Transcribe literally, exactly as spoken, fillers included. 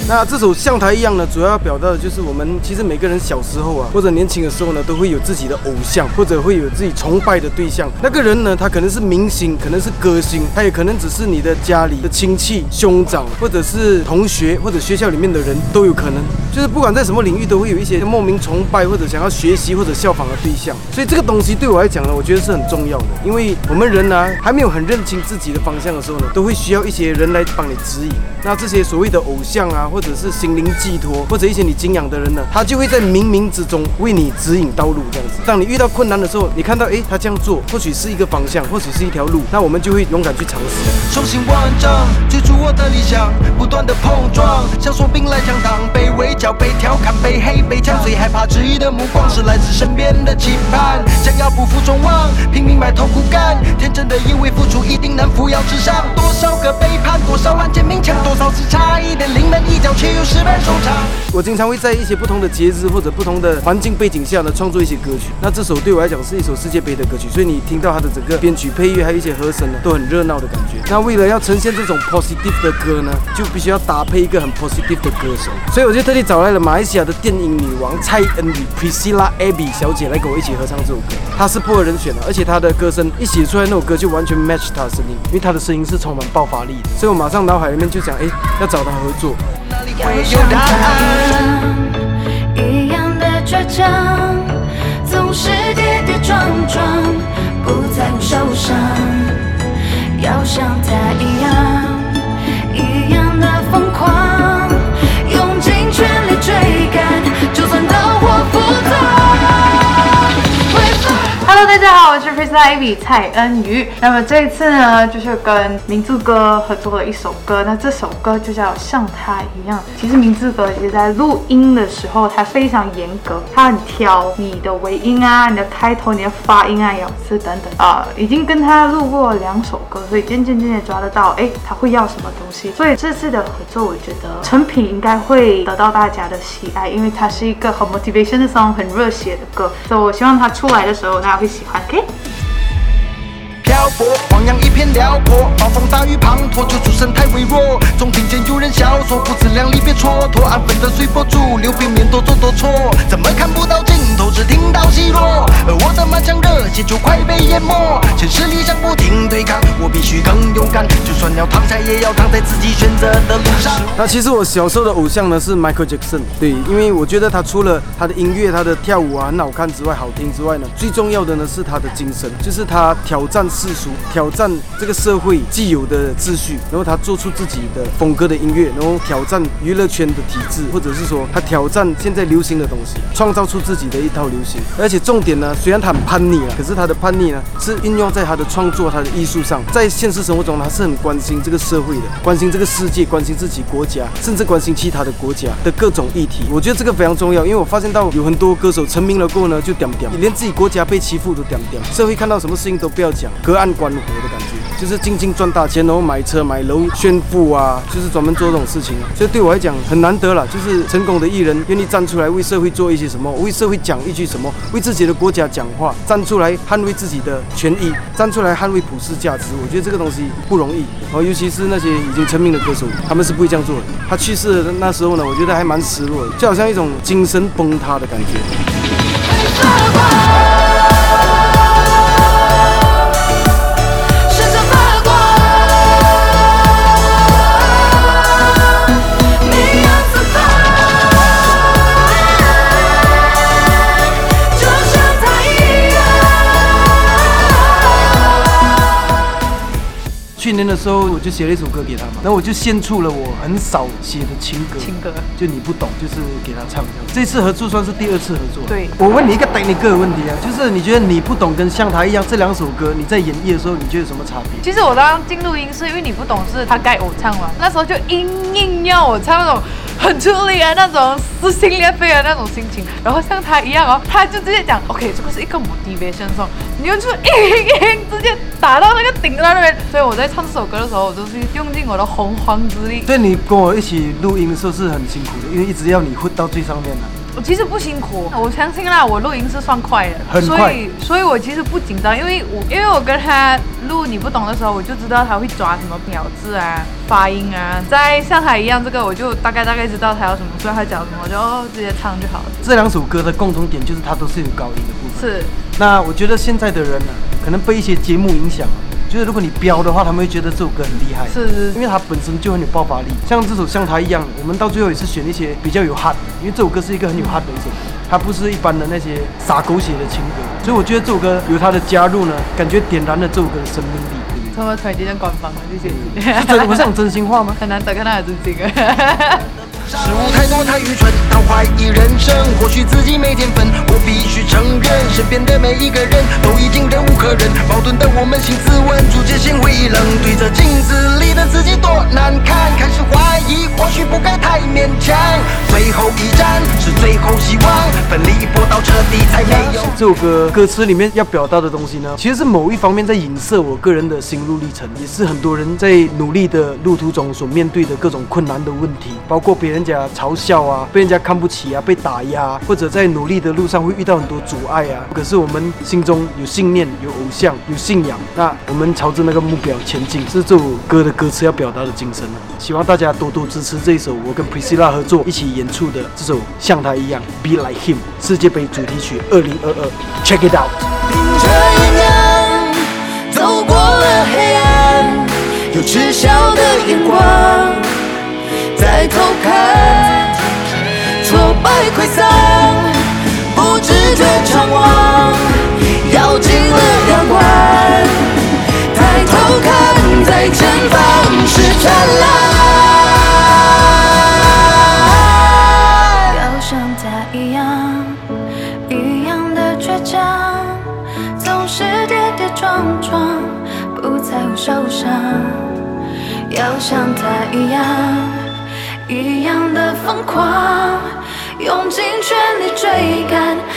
那这首像他一样呢，主要要表达的就是我们其实每个人小时候啊，或者年轻的时候呢，都会有自己的偶像，或者会有自己崇拜的对象。那个人呢，他可能是明星，可能是歌星，他也可能只是你的家里的亲戚、兄长，或者是同学，或者学校里面的人都有可能。就是不管在什么领域，都会有一些莫名崇拜或者想要学习或者效仿的对象。所以这个东西对我来讲呢，我觉得是很重要的，因为我们人呢、啊、还没有很认清自己的方向的时候呢，都会需要一些人来帮你指引。那这些所谓的偶像啊，或者是心灵寄托，或者一些你敬仰的人呢，他就会在冥冥之中为你指引道路。这样子，当你遇到困难的时候，你看到诶他这样做，或许是一个方向，或许是一条路，那我们就会勇敢去尝试。 手心万丈，追逐我的理想，不断的碰撞，像说兵来将挡，被围剿，被调侃，被黑，被呛，最害怕质疑的目光是来自身边的期盼，想要不负众望，拼命埋头苦干，天真的以为付出一定能扶摇直上，多少个背叛，多少暗箭明枪，多少次差一点临门一脚，却又失败收场。 我经常会在一些不同的节日或者不同的环境背景下呢，创作一些歌曲。那这首对我来讲是一首世界杯的歌曲，所以你听到它的整个编曲、配乐还有一些和声呢，都很热闹的感觉。那为了要呈现这种 positive 的歌呢，就必须要搭配一个很 positive 的歌手，所以我就特地找来了马来西亚的电影女王蔡恩宇 Priscilla Abby 小姐来跟我一起合唱这首歌。她是破人选的，而且她的歌声一写出来，那首歌就完全 match 她的声音，因为她的声音是充满爆发力的，所以我马上脑海里面就想，哎，要找她合作。 会有答案， 一样的倔强，总是跌跌撞撞，不在乎受伤，要像他一样，一样的疯狂，用尽全力追赶，就算灯火复杂。 Hello， 大家好，我是 Priscilla Abby 蔡恩瑜。那么这一次呢，就是跟明志哥合作了一首歌，那这首歌就叫《像他一样》。其实明志哥其实在录音的时候，他非常严格，他很挑你的尾音啊、你的开头、你的发音啊、咬字等等啊、呃，已经跟他录过两首歌，所以渐渐渐渐抓得到，哎，他会要什么东西。所以这次的合作，我觉得成品应该会得到大家的喜爱，因为它是一个很 motivation 的 song， 很热血的歌，所以我希望它出来的时候大家会喜欢。OK。 漂泊，汪洋一片辽阔，暴风大雨滂沱，救出生态微弱。总听见有人笑说，不自量力别蹉跎，安分的随波逐流，避免多做多错。怎么看不到尽头，只听到奚落？而我的满腔热血就快被淹没。现实理想不停对抗，我必须更勇敢，就算要躺下，也要躺在自己选择的路上。 那其实我小时候的偶像呢是 Michael Jackson， 对，因为我觉得他除了他的音乐、他的跳舞啊很好看之外、好听之外呢，最重要的呢是他的精神，就是他挑战世俗，挑战这个社会既有的秩序，然后他做出自己的风格的音乐，然后挑战娱乐圈的体制，或者是说他挑战现在流行的东西，创造出自己的一套流行。而且重点呢，虽然他很叛逆啊，可是他的叛逆呢是运用在他的创作、他的艺术上。在现实生活中，他是很关心这个社会的，关心这个世界，关心自己国家，甚至关心其他的国家的各种议题。我觉得这个非常重要，因为我发现到有很多歌手成名了过后呢，就点点，连自己国家被欺负都点点，社会看到什么事情都不要讲，隔岸观火的感觉，就是静静赚大钱，然后买车买楼炫富啊，就是专门做这种事情。所以对我来讲很难得了，就是成功的艺人愿意站出来为社会做一些什么，为社会讲一句什么，为自己的国家讲话，站出来捍卫自己的权益，站出来捍卫普世价值。我觉得这个东西不容易，哦，尤其是那些已经成名的歌手，他们是不会这样做的。他去世的那时候呢，我觉得还蛮失落的，就好像一种精神崩塌的感觉。去年的时候，我就写了一首歌给他嘛，然后我就献出了我很少写的情歌， 情歌就你不懂，就是给他唱这样。这次合作算是第二次合作。 对， 我问你一个technical的问题啊，就是你觉得你不懂跟像他一样这两首歌，你在演绎的时候，你觉得有什么差别？ 其实我刚刚进录音是因为你不懂是他该我唱嘛，那时候就硬硬要我唱那种很出力啊，那种撕心裂肺的那种心情，然后像他一样哦，他就直接讲 OK， 这个是一个 motivation song， 你就就是硬硬直接打到那个顶在那边，所以我在唱这首歌的时候，我就是用尽我的洪荒之力。 对，你跟我一起录音的时候是很辛苦的，因为一直要你混到最上面啊。 我其实不辛苦，我相信啦，我录音是算快的， 很快所以所以我其实不紧张，因为我因为我跟他录你不懂的时候，我就知道他会抓什么咬字啊、发音啊。在像他一样，这个我就大概大概知道他要什么，所以他讲什么我就、哦、直接唱就好了。 这两首歌的共同点就是它都是有高音的部分。 是。 那我觉得现在的人呢、啊，可能被一些节目影响。就是如果你飙的话，他们会觉得这首歌很厉害， 是是， 因为它本身就很有爆发力。像这首像他一样，我们到最后也是选一些比较有 heart 的，因为这首歌是一个很有 heart 的一首歌，它不是一般的那些撒狗血的情歌，所以我觉得这首歌有它的加入呢，感觉点燃了这首歌的生命力。 他们推荐的官方的这些， 是真，我是讲真心话吗？ 很难得看到有真心啊。 事物太多太愚蠢，到怀疑人生。或许自己没天分，我必须承认，身边的每一个人都已经忍无可忍。矛盾的我们心自问，逐渐心灰意冷。对着镜子里的自己多难看，开始怀疑，或许不该太勉强。最后一站是最后希望，奋力搏到彻底才没有。 这首歌歌词里面要表达的东西呢，其实是某一方面在影射我个人的心路历程，也是很多人在努力的路途中所面对的各种困难的问题，包括别人家嘲笑啊，被人家看不起啊，被打压，或者在努力的路上会遇到很多阻碍啊。可是我们心中有信念、有偶像、有信仰，那我们朝着那个目标前进，是这首歌的歌词要表达的精神啊。希望大家多多支持这一首我跟 Priscilla 合作一起演出的这首像他一样 Be Like Him 世界杯主题曲二零二二 Check It Out。 凭着眼亮走过了黑暗，有耻笑的眼光在偷看，挫败溃散，不知觉张望，要进了两关，抬头看，在前方是灿烂。 要像他一样，一样的倔强，总是跌跌撞撞，不在乎受伤。要像他一样，一样的疯狂，用尽全力追赶